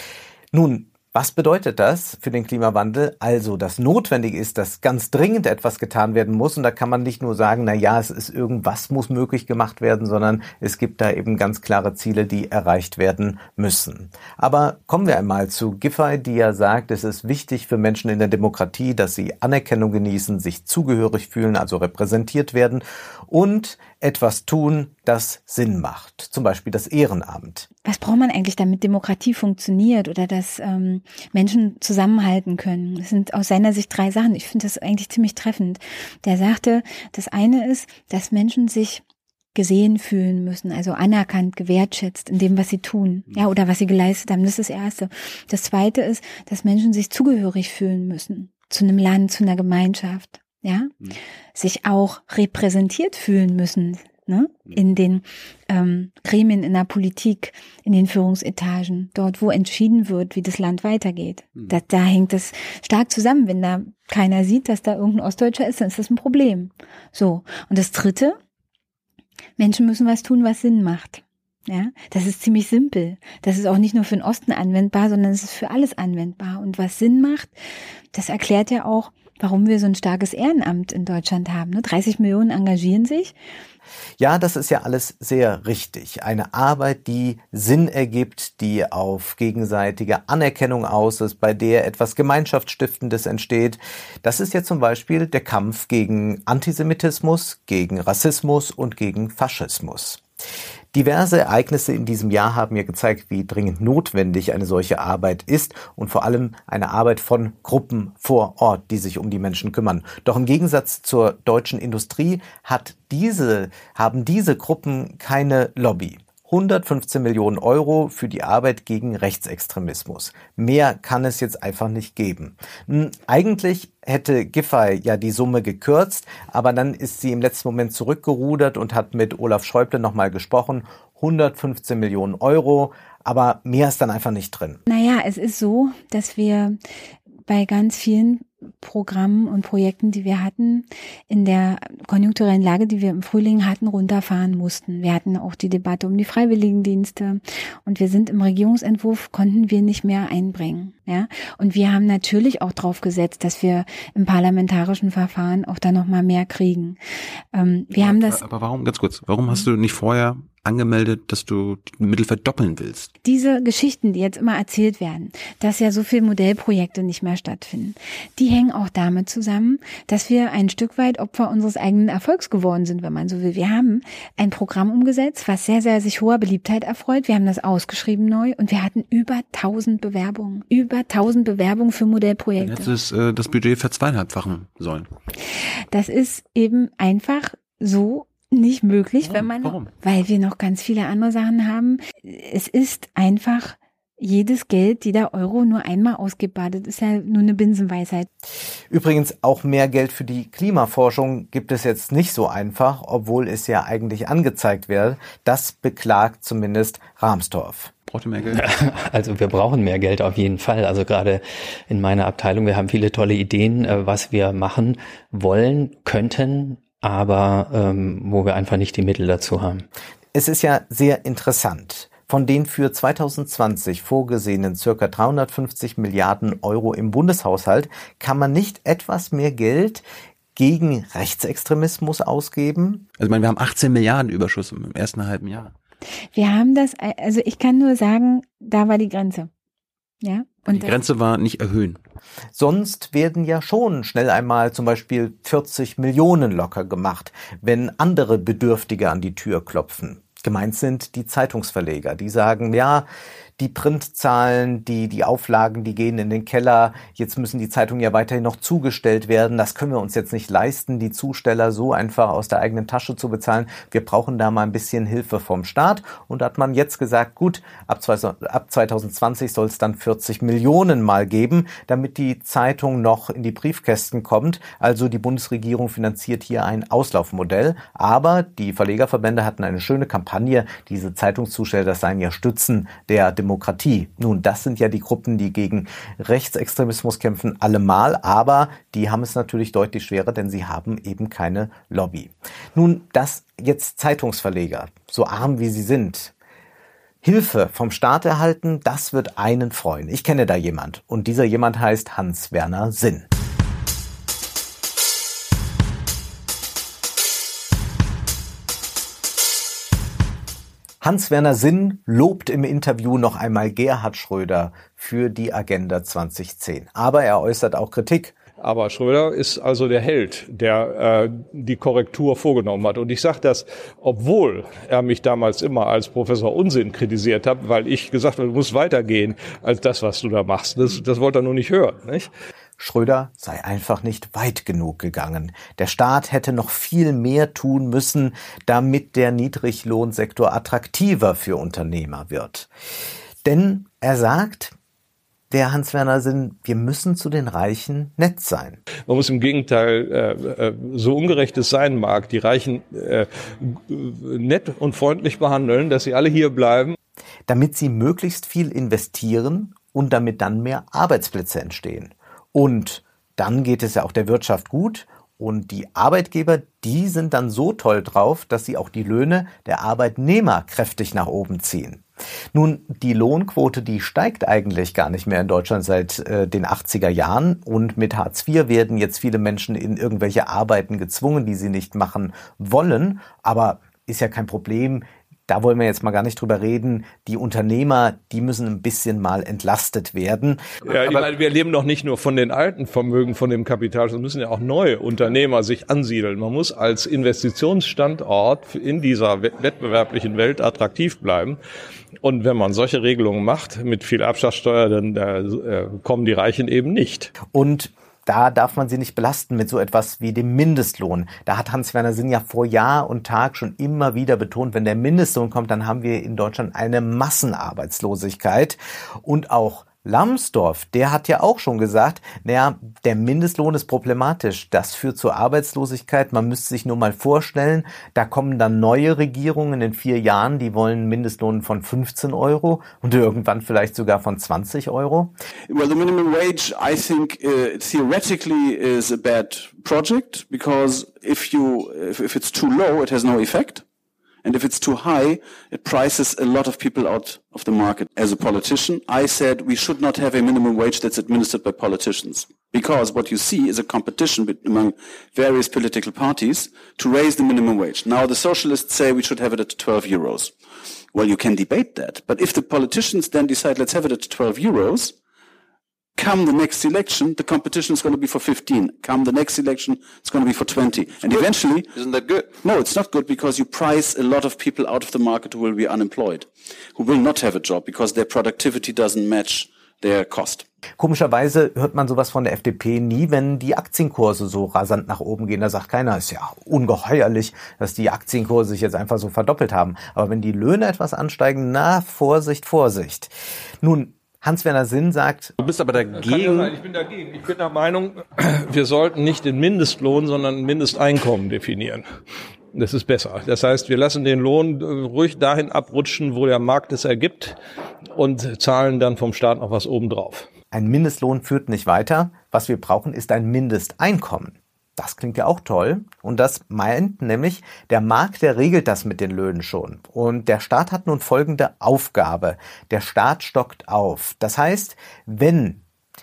Nun, was bedeutet das für den Klimawandel? Also, das Notwendige ist, dass ganz dringend etwas getan werden muss. Und da kann man nicht nur sagen, na ja, es ist irgendwas muss möglich gemacht werden, sondern es gibt da eben ganz klare Ziele, die erreicht werden müssen. Aber kommen wir einmal zu Giffey, die ja sagt, es ist wichtig für Menschen in der Demokratie, dass sie Anerkennung genießen, sich zugehörig fühlen, also repräsentiert werden und etwas tun, das Sinn macht. Zum Beispiel das Ehrenamt. Was braucht man eigentlich, damit Demokratie funktioniert oder dass ähm, Menschen zusammenhalten können? Das sind aus seiner Sicht drei Sachen. Ich finde das eigentlich ziemlich treffend. Der sagte, das eine ist, dass Menschen sich gesehen fühlen müssen, also anerkannt, gewertschätzt in dem, was sie tun, ja, oder was sie geleistet haben. Das ist das Erste. Das Zweite ist, dass Menschen sich zugehörig fühlen müssen zu einem Land, zu einer Gemeinschaft. Ja, mhm. sich auch repräsentiert fühlen müssen, ne? In den ähm, Gremien, in der Politik, in den Führungsetagen, dort, wo entschieden wird, wie das Land weitergeht. Mhm. Da, da hängt das stark zusammen. Wenn da keiner sieht, dass da irgendein Ostdeutscher ist, dann ist das ein Problem. So. Und das Dritte, Menschen müssen was tun, was Sinn macht. Ja, das ist ziemlich simpel. Das ist auch nicht nur für den Osten anwendbar, sondern es ist für alles anwendbar. Und was Sinn macht, das erklärt ja auch, warum wir so ein starkes Ehrenamt in Deutschland haben. dreißig Millionen engagieren sich. Ja, das ist ja alles sehr richtig. Eine Arbeit, die Sinn ergibt, die auf gegenseitige Anerkennung aus ist, bei der etwas Gemeinschaftsstiftendes entsteht. Das ist ja zum Beispiel der Kampf gegen Antisemitismus, gegen Rassismus und gegen Faschismus. Diverse Ereignisse in diesem Jahr haben mir gezeigt, wie dringend notwendig eine solche Arbeit ist und vor allem eine Arbeit von Gruppen vor Ort, die sich um die Menschen kümmern. Doch im Gegensatz zur deutschen Industrie hat diese, haben diese Gruppen keine Lobby. hundertfünfzehn Millionen Euro für die Arbeit gegen Rechtsextremismus. Mehr kann es jetzt einfach nicht geben. Eigentlich hätte Giffey ja die Summe gekürzt, aber dann ist sie im letzten Moment zurückgerudert und hat mit Olaf Schäuble nochmal gesprochen. hundertfünfzehn Millionen Euro, aber mehr ist dann einfach nicht drin. Naja, es ist so, dass wir bei ganz vielen Programmen und Projekten, die wir hatten, in der konjunkturellen Lage, die wir im Frühling hatten, runterfahren mussten. Wir hatten auch die Debatte um die Freiwilligendienste und wir sind im Regierungsentwurf, konnten wir nicht mehr einbringen. Ja, und wir haben natürlich auch drauf gesetzt, dass wir im parlamentarischen Verfahren auch da noch mal mehr kriegen. Ähm, wir aber, haben das. Aber warum, ganz kurz, warum hast du nicht vorher angemeldet, dass du die Mittel verdoppeln willst? Diese Geschichten, die jetzt immer erzählt werden, dass ja so viele Modellprojekte nicht mehr stattfinden, die hängen auch damit zusammen, dass wir ein Stück weit Opfer unseres eigenen Erfolgs geworden sind, wenn man so will. Wir haben ein Programm umgesetzt, was sehr, sehr sich hoher Beliebtheit erfreut. Wir haben das ausgeschrieben neu und wir hatten über tausend Bewerbungen. Über tausend Bewerbungen für Modellprojekte. Dann hättest du äh, das Budget verzweieinhalbfachen sollen. Das ist eben einfach so nicht möglich, Warum? wenn man, Warum? weil wir noch ganz viele andere Sachen haben. Es ist einfach jedes Geld, jeder Euro nur einmal ausgibbar. Das ist ja nur eine Binsenweisheit. Übrigens auch mehr Geld für die Klimaforschung gibt es jetzt nicht so einfach, obwohl es ja eigentlich angezeigt wird. Das beklagt zumindest Rahmstorff. Braucht ihr mehr Geld? Also wir brauchen mehr Geld auf jeden Fall. Also gerade in meiner Abteilung, wir haben viele tolle Ideen, was wir machen wollen, könnten, aber ähm, wo wir einfach nicht die Mittel dazu haben. Es ist ja sehr interessant. Von den für zweitausendzwanzig vorgesehenen circa dreihundertfünfzig Milliarden Euro im Bundeshaushalt kann man nicht etwas mehr Geld gegen Rechtsextremismus ausgeben? Also ich meine, wir haben achtzehn Milliarden Überschuss im ersten halben Jahr. Wir haben das, also ich kann nur sagen, da war die Grenze. Ja. Und die Grenze war nicht erhöhen. Sonst werden ja schon schnell einmal zum Beispiel vierzig Millionen locker gemacht, wenn andere Bedürftige an die Tür klopfen. Gemeint sind die Zeitungsverleger, die sagen, ja, die Printzahlen, die, die Auflagen, die gehen in den Keller. Jetzt müssen die Zeitungen ja weiterhin noch zugestellt werden. Das können wir uns jetzt nicht leisten, die Zusteller so einfach aus der eigenen Tasche zu bezahlen. Wir brauchen da mal ein bisschen Hilfe vom Staat. Und da hat man jetzt gesagt, gut, ab zweitausendzwanzig soll es dann vierzig Millionen mal geben, damit die Zeitung noch in die Briefkästen kommt. Also die Bundesregierung finanziert hier ein Auslaufmodell. Aber die Verlegerverbände hatten eine schöne Kampagne. Diese Zeitungszusteller, das seien ja Stützen der Demokratie. Nun, das sind ja die Gruppen, die gegen Rechtsextremismus kämpfen, allemal, aber die haben es natürlich deutlich schwerer, denn sie haben eben keine Lobby. Nun, dass jetzt Zeitungsverleger, so arm wie sie sind, Hilfe vom Staat erhalten, das wird einen freuen. Ich kenne da jemand und dieser jemand heißt Hans-Werner Sinn. Hans-Werner Sinn lobt im Interview noch einmal Gerhard Schröder für die Agenda zwanzig zehn. Aber er äußert auch Kritik. Aber Schröder ist also der Held, der äh, die Korrektur vorgenommen hat. Und ich sage das, obwohl er mich damals immer als Professor Unsinn kritisiert hat, weil ich gesagt habe, du musst weitergehen als das, was du da machst. Das, das wollte er nur nicht hören, nicht? Schröder sei einfach nicht weit genug gegangen. Der Staat hätte noch viel mehr tun müssen, damit der Niedriglohnsektor attraktiver für Unternehmer wird. Denn er sagt, der Hans-Werner Sinn, wir müssen zu den Reichen nett sein. Man muss im Gegenteil, äh, so ungerecht es sein mag, die Reichen äh, nett und freundlich behandeln, dass sie alle hier bleiben. Damit sie möglichst viel investieren und damit dann mehr Arbeitsplätze entstehen. Und dann geht es ja auch der Wirtschaft gut und die Arbeitgeber, die sind dann so toll drauf, dass sie auch die Löhne der Arbeitnehmer kräftig nach oben ziehen. Nun, die Lohnquote, die steigt eigentlich gar nicht mehr in Deutschland seit äh, den achtziger Jahren und mit Hartz vier werden jetzt viele Menschen in irgendwelche Arbeiten gezwungen, die sie nicht machen wollen, aber ist ja kein Problem. Da wollen wir jetzt mal gar nicht drüber reden. Die Unternehmer, die müssen ein bisschen mal entlastet werden. Ja, ich meine, wir leben doch nicht nur von den alten Vermögen, von dem Kapital, sondern müssen ja auch neue Unternehmer sich ansiedeln. Man muss als Investitionsstandort in dieser wettbewerblichen Welt attraktiv bleiben. Und wenn man solche Regelungen macht mit viel Abschlagssteuer, dann äh, kommen die Reichen eben nicht. Und da darf man sie nicht belasten mit so etwas wie dem Mindestlohn. Da hat Hans-Werner Sinn ja vor Jahr und Tag schon immer wieder betont, wenn der Mindestlohn kommt, dann haben wir in Deutschland eine Massenarbeitslosigkeit. Und auch Lambsdorff, der hat ja auch schon gesagt, naja, der Mindestlohn ist problematisch. Das führt zur Arbeitslosigkeit. Man müsste sich nur mal vorstellen, da kommen dann neue Regierungen in vier Jahren, die wollen einen Mindestlohn von fünfzehn Euro und irgendwann vielleicht sogar von zwanzig Euro. Well, the minimum wage, I think, uh, theoretically is a bad project because if you, if, if it's too low, it has no effect. And if it's too high, it prices a lot of people out of the market. As a politician, I said we should not have a minimum wage that's administered by politicians. Because what you see is a competition among various political parties to raise the minimum wage. Now the socialists say we should have it at twelve euros. Well, you can debate that. But if the politicians then decide let's have it at twelve euros, come the next election, the competition is going to be for fifteen. Come the next election, it's going to be for twenty. It's and good. Eventually... Isn't that good? No, it's not good because you price a lot of people out of the market who will be unemployed, who will not have a job because their productivity doesn't match their cost. Komischerweise hört man sowas von der F D P nie, wenn die Aktienkurse so rasant nach oben gehen. Da sagt keiner, ist ja ungeheuerlich, dass die Aktienkurse sich jetzt einfach so verdoppelt haben. Aber wenn die Löhne etwas ansteigen, na, Vorsicht, Vorsicht. Nun, Hans-Werner Sinn sagt... Du bist aber dagegen... Ich bin dagegen. Ich bin der Meinung, wir sollten nicht den Mindestlohn, sondern ein Mindesteinkommen definieren. Das ist besser. Das heißt, wir lassen den Lohn ruhig dahin abrutschen, wo der Markt es ergibt und zahlen dann vom Staat noch was obendrauf. Ein Mindestlohn führt nicht weiter. Was wir brauchen, ist ein Mindesteinkommen. Das klingt ja auch toll. Und das meint nämlich, der Markt, der regelt das mit den Löhnen schon. Und der Staat hat nun folgende Aufgabe. Der Staat stockt auf. Das heißt, wenn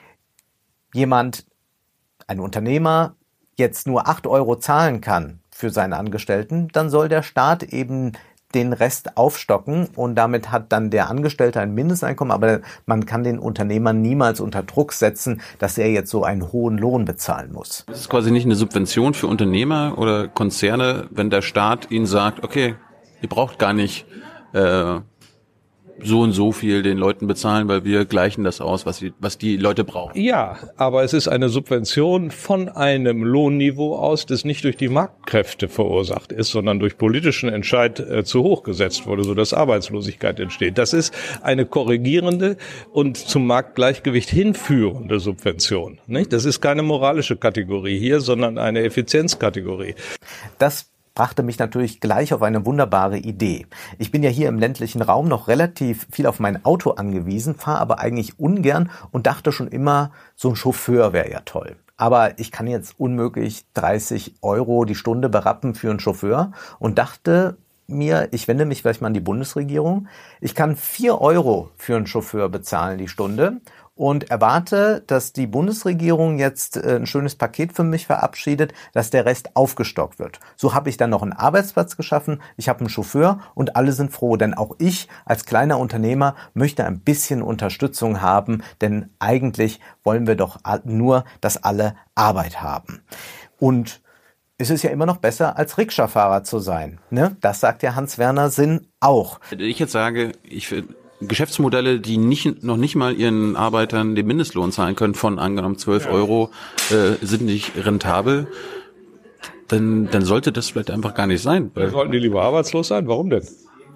jemand, ein Unternehmer, jetzt nur acht Euro zahlen kann für seine Angestellten, dann soll der Staat eben den Rest aufstocken und damit hat dann der Angestellte ein Mindesteinkommen, aber man kann den Unternehmer niemals unter Druck setzen, dass er jetzt so einen hohen Lohn bezahlen muss. Das ist quasi nicht eine Subvention für Unternehmer oder Konzerne, wenn der Staat ihnen sagt, okay, ihr braucht gar nicht äh, so und so viel den Leuten bezahlen, weil wir gleichen das aus, was die, was die Leute brauchen. Ja, aber es ist eine Subvention von einem Lohnniveau aus, das nicht durch die Marktkräfte verursacht ist, sondern durch politischen Entscheid äh, zu hoch gesetzt wurde, sodass Arbeitslosigkeit entsteht. Das ist eine korrigierende und zum Marktgleichgewicht hinführende Subvention. Nicht? Das ist keine moralische Kategorie hier, sondern eine Effizienzkategorie. Das brachte mich natürlich gleich auf eine wunderbare Idee. Ich bin ja hier im ländlichen Raum noch relativ viel auf mein Auto angewiesen, fahre aber eigentlich ungern und dachte schon immer, so ein Chauffeur wäre ja toll. Aber ich kann jetzt unmöglich dreißig Euro die Stunde berappen für einen Chauffeur und dachte mir, ich wende mich vielleicht mal an die Bundesregierung, ich kann vier Euro für einen Chauffeur bezahlen die Stunde und erwarte, dass die Bundesregierung jetzt ein schönes Paket für mich verabschiedet, dass der Rest aufgestockt wird. So habe ich dann noch einen Arbeitsplatz geschaffen, ich habe einen Chauffeur und alle sind froh, denn auch ich als kleiner Unternehmer möchte ein bisschen Unterstützung haben, denn eigentlich wollen wir doch nur, dass alle Arbeit haben. Und es ist ja immer noch besser, als Rikscha-Fahrer zu sein. Ne? Das sagt ja Hans-Werner Sinn auch. Ich jetzt sage, ich finde, Geschäftsmodelle, die nicht, noch nicht mal ihren Arbeitern den Mindestlohn zahlen können von angenommen zwölf Euro, äh, sind nicht rentabel, dann, dann sollte das vielleicht einfach gar nicht sein. Dann sollten die lieber arbeitslos sein? Warum denn?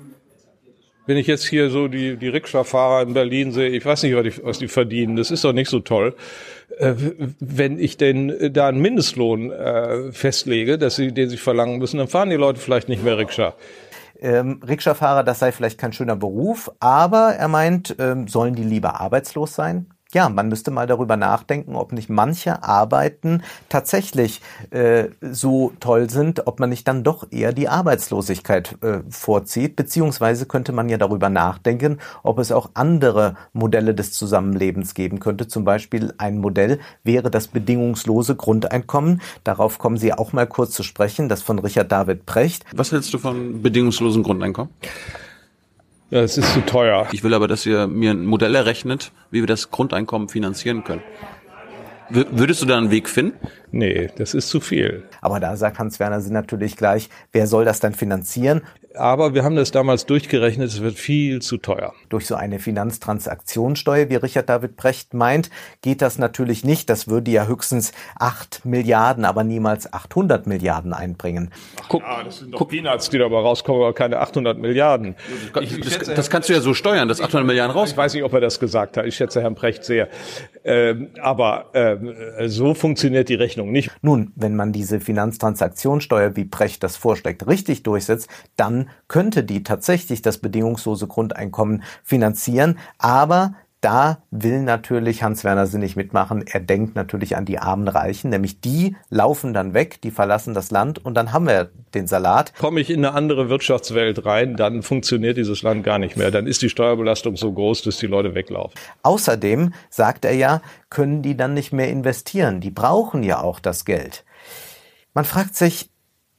Wenn ich jetzt hier so die, die Rikscha-Fahrer in Berlin sehe, ich weiß nicht, was die, was die verdienen, das ist doch nicht so toll. Äh, wenn ich denn da einen Mindestlohn äh, festlege, dass sie, den sie verlangen müssen, dann fahren die Leute vielleicht nicht mehr Rikscha. Ähm, Rikscha-Fahrer, das sei vielleicht kein schöner Beruf, aber er meint, ähm, sollen die lieber arbeitslos sein? Ja, man müsste mal darüber nachdenken, ob nicht manche Arbeiten tatsächlich äh, so toll sind, ob man nicht dann doch eher die Arbeitslosigkeit äh, vorzieht, beziehungsweise könnte man ja darüber nachdenken, ob es auch andere Modelle des Zusammenlebens geben könnte. Zum Beispiel ein Modell wäre das bedingungslose Grundeinkommen. Darauf kommen Sie auch mal kurz zu sprechen, das von Richard David Precht. Was hältst du von bedingungslosem Grundeinkommen? Ja, es ist zu teuer. Ich will aber, dass ihr mir ein Modell errechnet, wie wir das Grundeinkommen finanzieren können. W- würdest du da einen Weg finden? Nee, das ist zu viel. Aber da sagt Hans-Werner Sinn natürlich gleich, wer soll das dann finanzieren? Aber wir haben das damals durchgerechnet, es wird viel zu teuer. Durch so eine Finanztransaktionssteuer, wie Richard David Precht meint, geht das natürlich nicht. Das würde ja höchstens acht Milliarden, aber niemals achthundert Milliarden einbringen. Guck, ah, das sind doch guck, Peanuts, die dabei rauskommen, aber keine achthundert Milliarden. Ich, das, schätze, das kannst du ja so steuern, dass achthundert Milliarden raus. Ich weiß nicht, ob er das gesagt hat. Ich schätze Herrn Precht sehr. Ähm, aber ähm, so funktioniert die Rechnung nicht. Nun, wenn man diese Finanztransaktionssteuer, wie Precht das vorschlägt, richtig durchsetzt, dann könnte die tatsächlich das bedingungslose Grundeinkommen finanzieren, aber da will natürlich Hans-Werner Sinn nicht mitmachen. Er denkt natürlich an die armen Reichen, nämlich die laufen dann weg, die verlassen das Land und dann haben wir den Salat. Komme ich in eine andere Wirtschaftswelt rein, dann funktioniert dieses Land gar nicht mehr. Dann ist die Steuerbelastung so groß, dass die Leute weglaufen. Außerdem, sagt er ja, können die dann nicht mehr investieren. Die brauchen ja auch das Geld. Man fragt sich,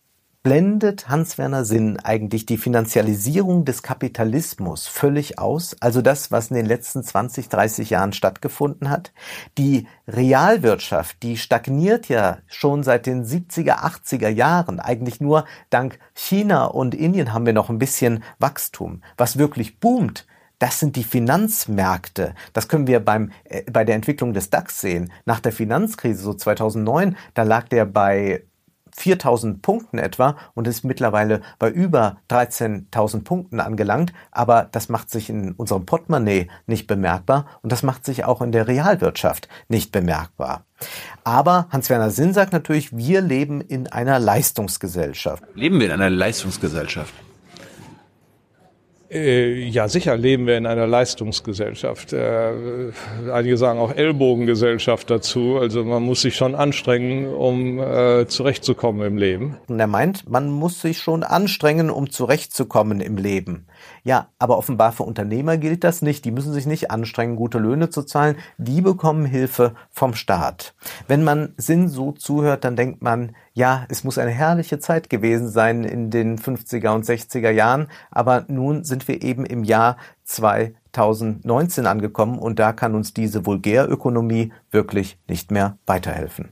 blendet Hans-Werner Sinn eigentlich die Finanzialisierung des Kapitalismus völlig aus? Also das, was in den letzten zwanzig, dreißig Jahren stattgefunden hat? Die Realwirtschaft, die stagniert ja schon seit den siebziger, achtziger Jahren. Eigentlich nur dank China und Indien haben wir noch ein bisschen Wachstum. Was wirklich boomt, das sind die Finanzmärkte. Das können wir beim äh, bei der Entwicklung des DAX sehen. Nach der Finanzkrise, so zweitausendneun, da lag der bei viertausend Punkten etwa und ist mittlerweile bei über dreizehntausend Punkten angelangt. Aber das macht sich in unserem Portemonnaie nicht bemerkbar und das macht sich auch in der Realwirtschaft nicht bemerkbar. Aber Hans-Werner Sinn sagt natürlich, wir leben in einer Leistungsgesellschaft. Leben wir in einer Leistungsgesellschaft? Ja, sicher leben wir in einer Leistungsgesellschaft. Äh, einige sagen auch Ellbogengesellschaft dazu. Also man muss sich schon anstrengen, um äh, zurechtzukommen im Leben. Und er meint, man muss sich schon anstrengen, um zurechtzukommen im Leben. Ja, aber offenbar für Unternehmer gilt das nicht. Die müssen sich nicht anstrengen, gute Löhne zu zahlen. Die bekommen Hilfe vom Staat. Wenn man Sinn so zuhört, dann denkt man, ja, es muss eine herrliche Zeit gewesen sein in den fünfziger und sechziger Jahren. Aber nun sind wir eben im Jahr zweitausendneunzehn angekommen und da kann uns diese Vulgärökonomie wirklich nicht mehr weiterhelfen.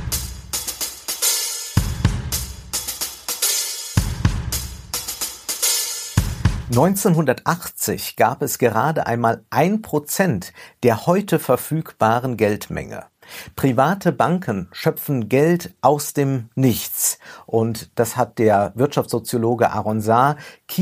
neunzehnhundertachtzig gab es gerade einmal ein Prozent der heute verfügbaren Geldmenge. Private Banken schöpfen Geld aus dem Nichts. Und das hat der Wirtschaftssoziologe Aaron Saar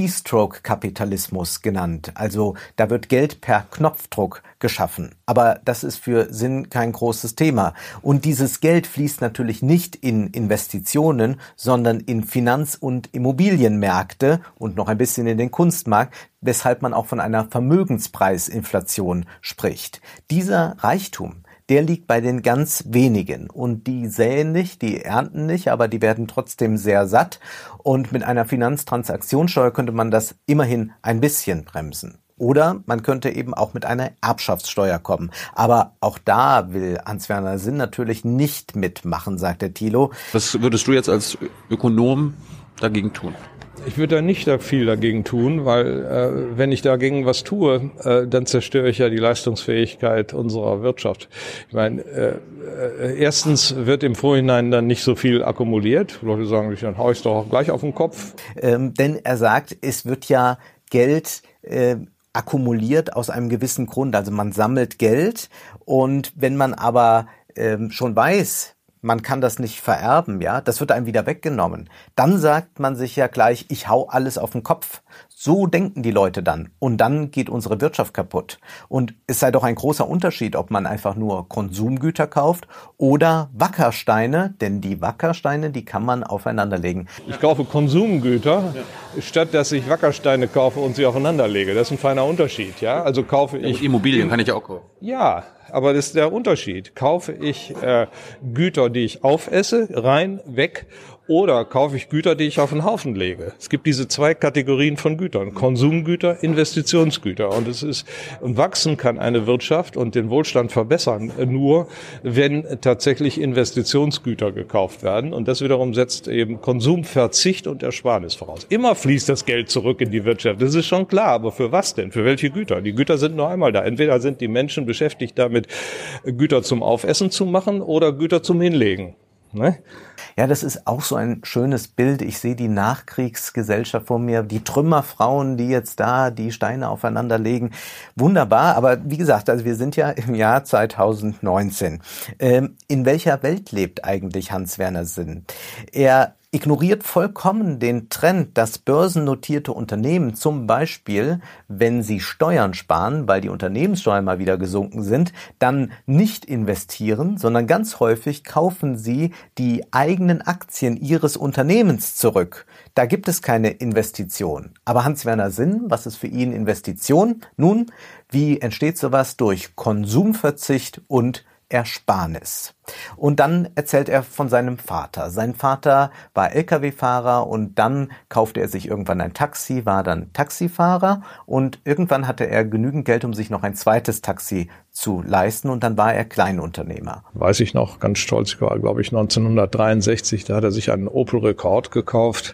Keystroke-Kapitalismus genannt. Also da wird Geld per Knopfdruck geschaffen. Aber das ist für Sinn kein großes Thema. Und dieses Geld fließt natürlich nicht in Investitionen, sondern in Finanz- und Immobilienmärkte und noch ein bisschen in den Kunstmarkt, weshalb man auch von einer Vermögenspreisinflation spricht. Dieser Reichtum, der liegt bei den ganz wenigen und die säen nicht, die ernten nicht, aber die werden trotzdem sehr satt und mit einer Finanztransaktionssteuer könnte man das immerhin ein bisschen bremsen. Oder man könnte eben auch mit einer Erbschaftssteuer kommen. Aber auch da will Hans-Werner Sinn natürlich nicht mitmachen, sagt der Thilo. Was würdest du jetzt als Ökonom dagegen tun? Ich würde da nicht viel dagegen tun, weil äh, wenn ich dagegen was tue, äh, dann zerstöre ich ja die Leistungsfähigkeit unserer Wirtschaft. Ich meine, äh, äh, erstens wird im Vorhinein dann nicht so viel akkumuliert. Leute sagen sich, dann hau ich es doch auch gleich auf den Kopf. Ähm, denn er sagt, es wird ja Geld äh, akkumuliert aus einem gewissen Grund. Also man sammelt Geld und wenn man aber ähm, schon weiß, man kann das nicht vererben, ja, das wird einem wieder weggenommen. Dann sagt man sich ja gleich, ich hau alles auf den Kopf. So denken die Leute dann. Und dann geht unsere Wirtschaft kaputt. Und es sei doch ein großer Unterschied, ob man einfach nur Konsumgüter kauft oder Wackersteine, denn die Wackersteine, die kann man aufeinanderlegen. Ich kaufe Konsumgüter, ja, statt dass ich Wackersteine kaufe und sie aufeinanderlege. Das ist ein feiner Unterschied, ja. Also kaufe ich... Immobilien kann ich auch kaufen. Ja, aber das ist der Unterschied. Kaufe ich äh, Güter, die ich aufesse, rein, weg, oder kaufe ich Güter, die ich auf den Haufen lege? Es gibt diese zwei Kategorien von Gütern. Konsumgüter, Investitionsgüter. Und es ist, und wachsen kann eine Wirtschaft und den Wohlstand verbessern nur, wenn tatsächlich Investitionsgüter gekauft werden. Und das wiederum setzt eben Konsumverzicht und Ersparnis voraus. Immer fließt das Geld zurück in die Wirtschaft. Das ist schon klar. Aber für was denn? Für welche Güter? Die Güter sind nur einmal da. Entweder sind die Menschen beschäftigt damit, Güter zum Aufessen zu machen oder Güter zum Hinlegen. Ne? Ja, das ist auch so ein schönes Bild. Ich sehe die Nachkriegsgesellschaft vor mir, die Trümmerfrauen, die jetzt da die Steine aufeinander legen. Wunderbar, aber wie gesagt, also wir sind ja im Jahr zweitausendneunzehn. Ähm, in welcher Welt lebt eigentlich Hans-Werner Sinn? Er ignoriert vollkommen den Trend, dass börsennotierte Unternehmen zum Beispiel, wenn sie Steuern sparen, weil die Unternehmenssteuern mal wieder gesunken sind, dann nicht investieren, sondern ganz häufig kaufen sie die eigenen Aktien ihres Unternehmens zurück. Da gibt es keine Investition. Aber Hans-Werner Sinn, was ist für ihn Investition? Nun, wie entsteht sowas? Durch Konsumverzicht und Ersparnis. Und dann erzählt er von seinem Vater. Sein Vater war L K W-Fahrer und dann kaufte er sich irgendwann ein Taxi, war dann Taxifahrer und irgendwann hatte er genügend Geld, um sich noch ein zweites Taxi zu leisten und dann war er Kleinunternehmer. Weiß ich noch, ganz stolz, war glaube ich neunzehnhundertdreiundsechzig, da hat er sich einen Opel Rekord gekauft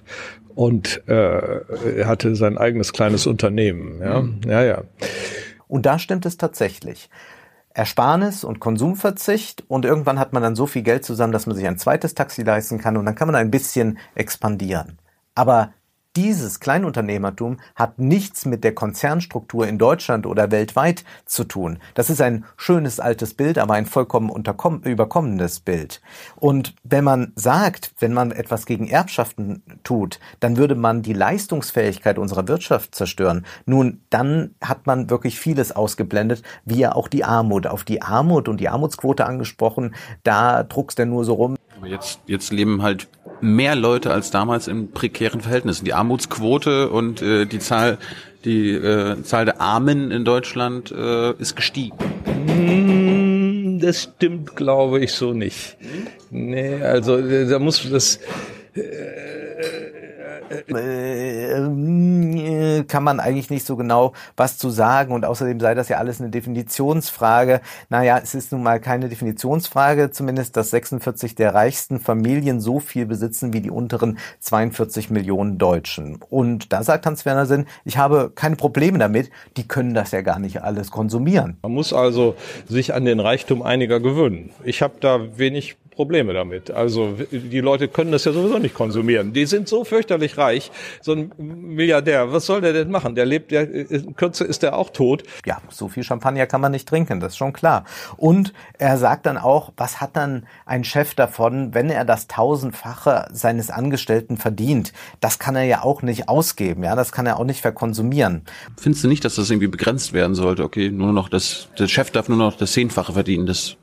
und äh, er hatte sein eigenes kleines Unternehmen. Ja, mhm. ja, ja. Und da stimmt es tatsächlich. Ersparnis und Konsumverzicht und irgendwann hat man dann so viel Geld zusammen, dass man sich ein zweites Taxi leisten kann und dann kann man ein bisschen expandieren. Aber dieses Kleinunternehmertum hat nichts mit der Konzernstruktur in Deutschland oder weltweit zu tun. Das ist ein schönes altes Bild, aber ein vollkommen überkommenes Bild. Und wenn man sagt, wenn man etwas gegen Erbschaften tut, dann würde man die Leistungsfähigkeit unserer Wirtschaft zerstören. Nun, dann hat man wirklich vieles ausgeblendet, wie ja auch die Armut. Auf die Armut und die Armutsquote angesprochen, da druckst er nur so rum. Aber jetzt, jetzt leben halt mehr Leute als damals in prekären Verhältnissen. Die Armutsquote und äh, die Zahl Die äh, Zahl der Armen in Deutschland äh, ist gestiegen. Das stimmt, glaube ich, so nicht. Nee, also da muss das... Kann man eigentlich nicht so genau was zu sagen, und außerdem sei das ja alles eine Definitionsfrage. Naja, es ist nun mal keine Definitionsfrage, zumindest, dass sechsundvierzig der reichsten Familien so viel besitzen wie die unteren zweiundvierzig Millionen Deutschen. Und da sagt Hans-Werner Sinn, ich habe keine Probleme damit, die können das ja gar nicht alles konsumieren. Man muss also sich an den Reichtum einiger gewöhnen. Ich habe da wenig Probleme damit. Also die Leute können das ja sowieso nicht konsumieren. Die sind so fürchterlich reich. So ein Milliardär, was soll der denn machen? Der lebt, der, in Kürze ist der auch tot. Ja, so viel Champagner kann man nicht trinken, das ist schon klar. Und er sagt dann auch, was hat dann ein Chef davon, wenn er das Tausendfache seines Angestellten verdient? Das kann er ja auch nicht ausgeben, ja, das kann er auch nicht verkonsumieren. Findest du nicht, dass das irgendwie begrenzt werden sollte? Okay, nur noch das, der Chef darf nur noch das Zehnfache verdienen, das...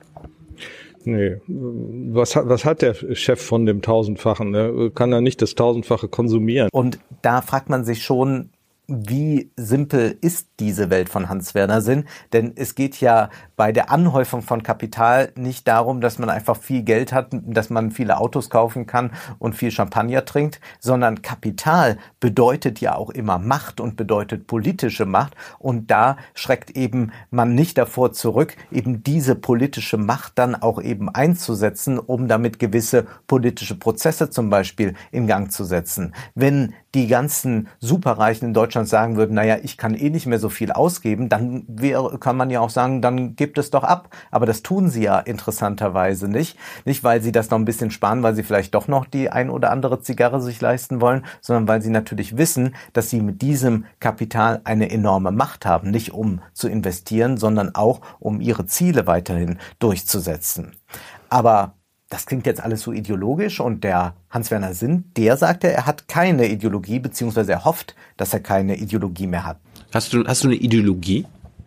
Nee, was hat, was hat der Chef von dem Tausendfachen? Ne? Kann er nicht das Tausendfache konsumieren? Und da fragt man sich schon, wie simpel ist diese Welt von Hans-Werner Sinn? Denn es geht ja bei der Anhäufung von Kapital nicht darum, dass man einfach viel Geld hat, dass man viele Autos kaufen kann und viel Champagner trinkt, sondern Kapital bedeutet ja auch immer Macht und bedeutet politische Macht. Und da schreckt eben man nicht davor zurück, eben diese politische Macht dann auch eben einzusetzen, um damit gewisse politische Prozesse zum Beispiel in Gang zu setzen. Wenn die ganzen Superreichen in Deutschland sagen würden, naja, ich kann eh nicht mehr so viel ausgeben, dann wäre, kann man ja auch sagen, dann gibt es doch ab. Aber das tun sie ja interessanterweise nicht. Nicht, weil sie das noch ein bisschen sparen, weil sie vielleicht doch noch die ein oder andere Zigarre sich leisten wollen, sondern weil sie natürlich wissen, dass sie mit diesem Kapital eine enorme Macht haben. Nicht um zu investieren, sondern auch um ihre Ziele weiterhin durchzusetzen. Aber das klingt jetzt alles so ideologisch, und der Hans-Werner Sinn, der sagte, er hat keine Ideologie, beziehungsweise er hofft, dass er keine Ideologie mehr hat. Hast du, hast du eine Ideologie?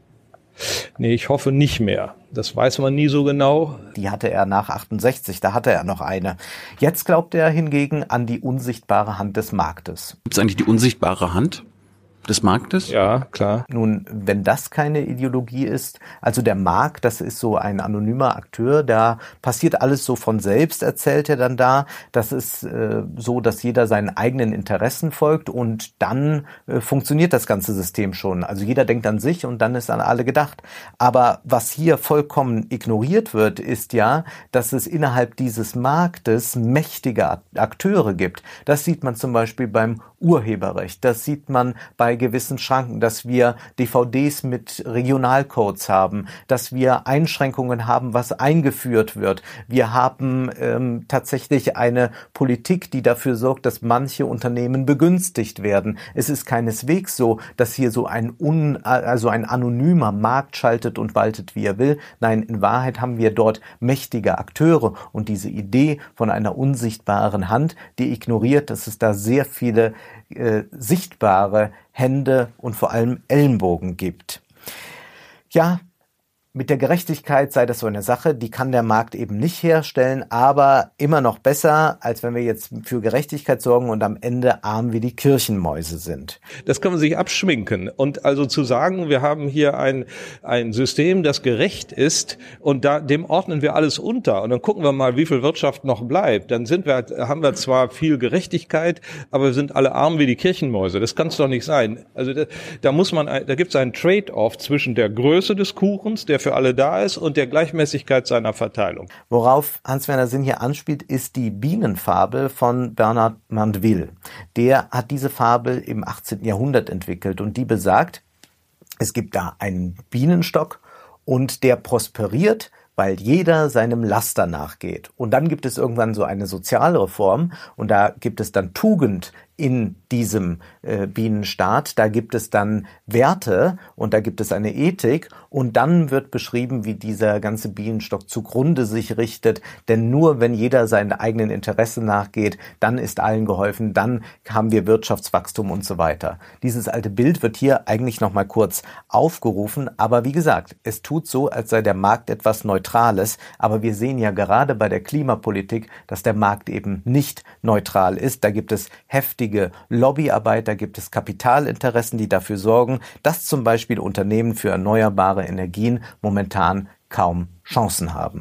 Nee, ich hoffe nicht mehr. Das weiß man nie so genau. Die hatte er nach achtundsechzig, da hatte er noch eine. Jetzt glaubt er hingegen an die unsichtbare Hand des Marktes. Gibt es eigentlich die unsichtbare Hand des Marktes? Ja, klar. Nun, wenn das keine Ideologie ist, also der Markt, das ist so ein anonymer Akteur, da passiert alles so von selbst, erzählt er dann da. Das ist äh, so, dass jeder seinen eigenen Interessen folgt, und dann äh, funktioniert das ganze System schon. Also jeder denkt an sich und dann ist an alle gedacht. Aber was hier vollkommen ignoriert wird, ist ja, dass es innerhalb dieses Marktes mächtige Akteure gibt. Das sieht man zum Beispiel beim Urheberrecht. Das sieht man bei gewissen Schranken, dass wir D V Ds mit Regionalcodes haben, dass wir Einschränkungen haben, was eingeführt wird. Wir haben ähm, tatsächlich eine Politik, die dafür sorgt, dass manche Unternehmen begünstigt werden. Es ist keineswegs so, dass hier so ein un, also ein anonymer Markt schaltet und waltet, wie er will. Nein, in Wahrheit haben wir dort mächtige Akteure, und diese Idee von einer unsichtbaren Hand, die ignoriert, dass es da sehr viele äh, sichtbare Hände und vor allem Ellenbogen gibt. Ja, mit der Gerechtigkeit sei das so eine Sache, die kann der Markt eben nicht herstellen, aber immer noch besser, als wenn wir jetzt für Gerechtigkeit sorgen und am Ende arm wie die Kirchenmäuse sind. Das kann man sich abschminken. Und also zu sagen, wir haben hier ein, ein System, das gerecht ist, und da, dem ordnen wir alles unter, und dann gucken wir mal, wie viel Wirtschaft noch bleibt. Dann sind wir, haben wir zwar viel Gerechtigkeit, aber wir sind alle arm wie die Kirchenmäuse. Das kann es doch nicht sein. Also da, da muss man, da gibt es einen Trade-off zwischen der Größe des Kuchens, der für alle da ist, und der Gleichmäßigkeit seiner Verteilung. Worauf Hans-Werner Sinn hier anspielt, ist die Bienenfabel von Bernard Mandeville. Der hat diese Fabel im achtzehnten Jahrhundert entwickelt, und die besagt, es gibt da einen Bienenstock, und der prosperiert, weil jeder seinem Laster nachgeht. Und dann gibt es irgendwann so eine Sozialreform, und da gibt es dann Tugend in diesem äh, Bienenstaat. Da gibt es dann Werte, und da gibt es eine Ethik, und dann wird beschrieben, wie dieser ganze Bienenstock zugrunde sich richtet. Denn nur wenn jeder seinen eigenen Interessen nachgeht, dann ist allen geholfen, dann haben wir Wirtschaftswachstum und so weiter. Dieses alte Bild wird hier eigentlich noch mal kurz aufgerufen, aber wie gesagt, es tut so, als sei der Markt etwas Neutrales, aber wir sehen ja gerade bei der Klimapolitik, dass der Markt eben nicht neutral ist. Da gibt es heftige kräftige Lobbyarbeit, da gibt es Kapitalinteressen, die dafür sorgen, dass zum Beispiel Unternehmen für erneuerbare Energien momentan kaum Chancen haben.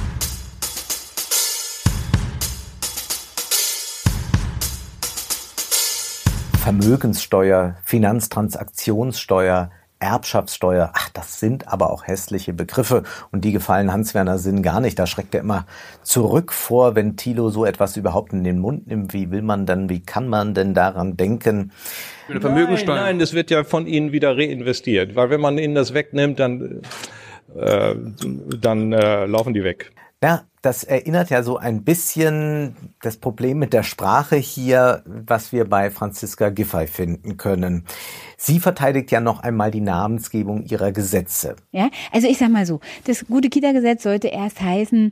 Vermögenssteuer, Finanztransaktionssteuer, Erbschaftssteuer, ach, das sind aber auch hässliche Begriffe und die gefallen Hans-Werner Sinn gar nicht. Da schreckt er immer zurück vor, wenn Thilo so etwas überhaupt in den Mund nimmt. Wie will man denn, wie kann man denn daran denken? Eine Vermögenssteuer. Nein, nein, das wird ja von Ihnen wieder reinvestiert, weil wenn man Ihnen das wegnimmt, dann, äh, dann äh, laufen die weg. Ja, das erinnert ja so ein bisschen das Problem mit der Sprache hier, was wir bei Franziska Giffey finden können. Sie verteidigt ja noch einmal die Namensgebung ihrer Gesetze. Ja, also ich sag mal so, das gute Kita-Gesetz sollte erst heißen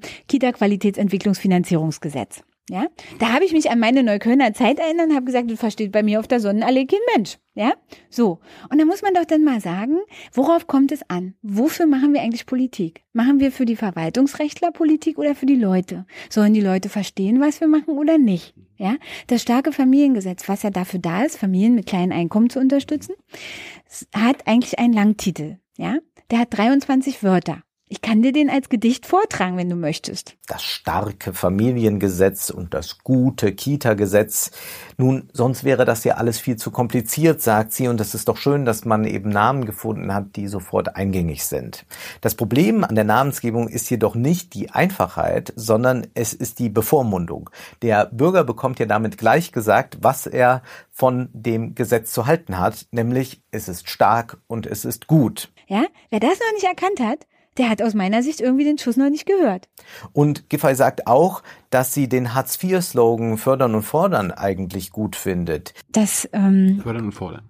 Kita-Qualitätsentwicklungsfinanzierungsgesetz. Ja, da habe ich mich an meine Neuköllner Zeit erinnert und habe gesagt, das versteht bei mir auf der Sonnenallee kein Mensch. Ja, so. Und da muss man doch dann mal sagen, worauf kommt es an? Wofür machen wir eigentlich Politik? Machen wir für die Verwaltungsrechtler Politik oder für die Leute? Sollen die Leute verstehen, was wir machen oder nicht? Ja, das starke Familiengesetz, was ja dafür da ist, Familien mit kleinen Einkommen zu unterstützen, hat eigentlich einen Langtitel. Ja, der hat dreiundzwanzig Wörter. Ich kann dir den als Gedicht vortragen, wenn du möchtest. Das starke Familiengesetz und das gute Kita-Gesetz. Nun, sonst wäre das ja alles viel zu kompliziert, sagt sie. Und es ist doch schön, dass man eben Namen gefunden hat, die sofort eingängig sind. Das Problem an der Namensgebung ist jedoch nicht die Einfachheit, sondern es ist die Bevormundung. Der Bürger bekommt ja damit gleich gesagt, was er von dem Gesetz zu halten hat, nämlich es ist stark und es ist gut. Ja, wer das noch nicht erkannt hat, der hat aus meiner Sicht irgendwie den Schuss noch nicht gehört. Und Giffey sagt auch, dass sie den Hartz vier Slogan Fördern und Fordern eigentlich gut findet. Das, ähm, Fördern und Fordern.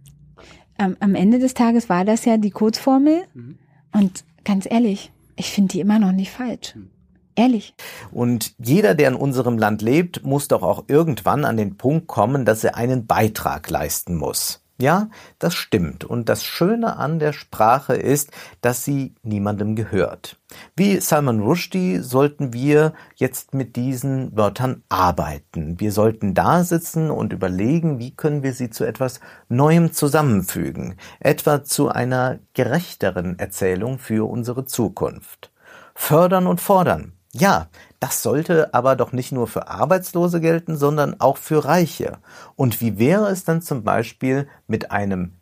Am, am Ende des Tages war das ja die Kurzformel. Mhm. Und ganz ehrlich, ich finde die immer noch nicht falsch. Mhm. Ehrlich. Und jeder, der in unserem Land lebt, muss doch auch irgendwann an den Punkt kommen, dass er einen Beitrag leisten muss. Ja, das stimmt. Und das Schöne an der Sprache ist, dass sie niemandem gehört. Wie Salman Rushdie sollten wir jetzt mit diesen Wörtern arbeiten. Wir sollten da sitzen und überlegen, wie können wir sie zu etwas Neuem zusammenfügen. Etwa zu einer gerechteren Erzählung für unsere Zukunft. Fördern und fordern. Ja, das sollte aber doch nicht nur für Arbeitslose gelten, sondern auch für Reiche. Und wie wäre es dann zum Beispiel mit einem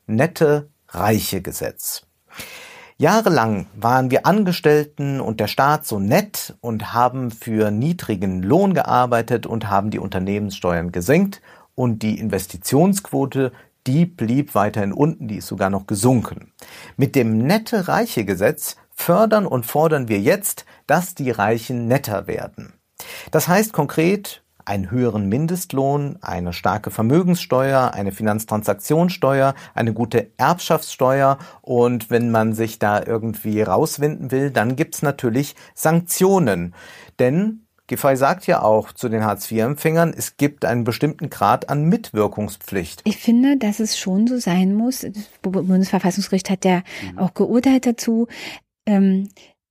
Nette-Reiche-Gesetz? Jahrelang waren wir Angestellten und der Staat so nett und haben für niedrigen Lohn gearbeitet und haben die Unternehmenssteuern gesenkt und die Investitionsquote, die blieb weiterhin unten, die ist sogar noch gesunken. Mit dem Nette-Reiche-Gesetz fördern und fordern wir jetzt, dass die Reichen netter werden. Das heißt konkret einen höheren Mindestlohn, eine starke Vermögenssteuer, eine Finanztransaktionssteuer, eine gute Erbschaftssteuer und wenn man sich da irgendwie rauswinden will, dann gibt's natürlich Sanktionen. Denn Giffey sagt ja auch zu den Hartz vier Empfängern, es gibt einen bestimmten Grad an Mitwirkungspflicht. Ich finde, dass es schon so sein muss. Das Bundesverfassungsgericht hat ja mhm. auch geurteilt dazu. Ähm,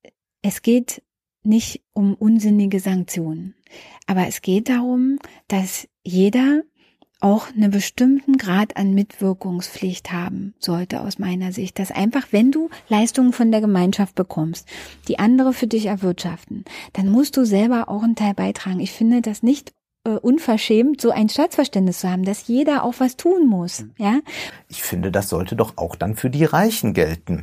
es geht nicht um unsinnige Sanktionen, aber es geht darum, dass jeder auch einen bestimmten Grad an Mitwirkungspflicht haben sollte, aus meiner Sicht. Dass einfach, wenn du Leistungen von der Gemeinschaft bekommst, die andere für dich erwirtschaften, dann musst du selber auch einen Teil beitragen. Ich finde das nicht äh, unverschämt, so ein Staatsverständnis zu haben, dass jeder auch was tun muss. Ja? Ich finde, das sollte doch auch dann für die Reichen gelten.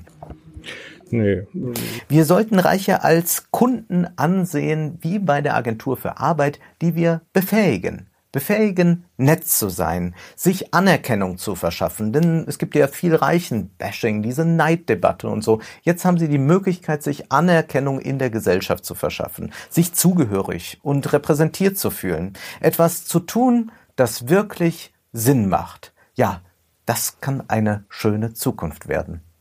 Nee. Wir sollten Reiche als Kunden ansehen, wie bei der Agentur für Arbeit, die wir befähigen. Befähigen, nett zu sein, sich Anerkennung zu verschaffen. Denn es gibt ja viel Reichen-Bashing, diese Neiddebatte und so. Jetzt haben sie die Möglichkeit, sich Anerkennung in der Gesellschaft zu verschaffen, sich zugehörig und repräsentiert zu fühlen. Etwas zu tun, das wirklich Sinn macht. Ja, das kann eine schöne Zukunft werden.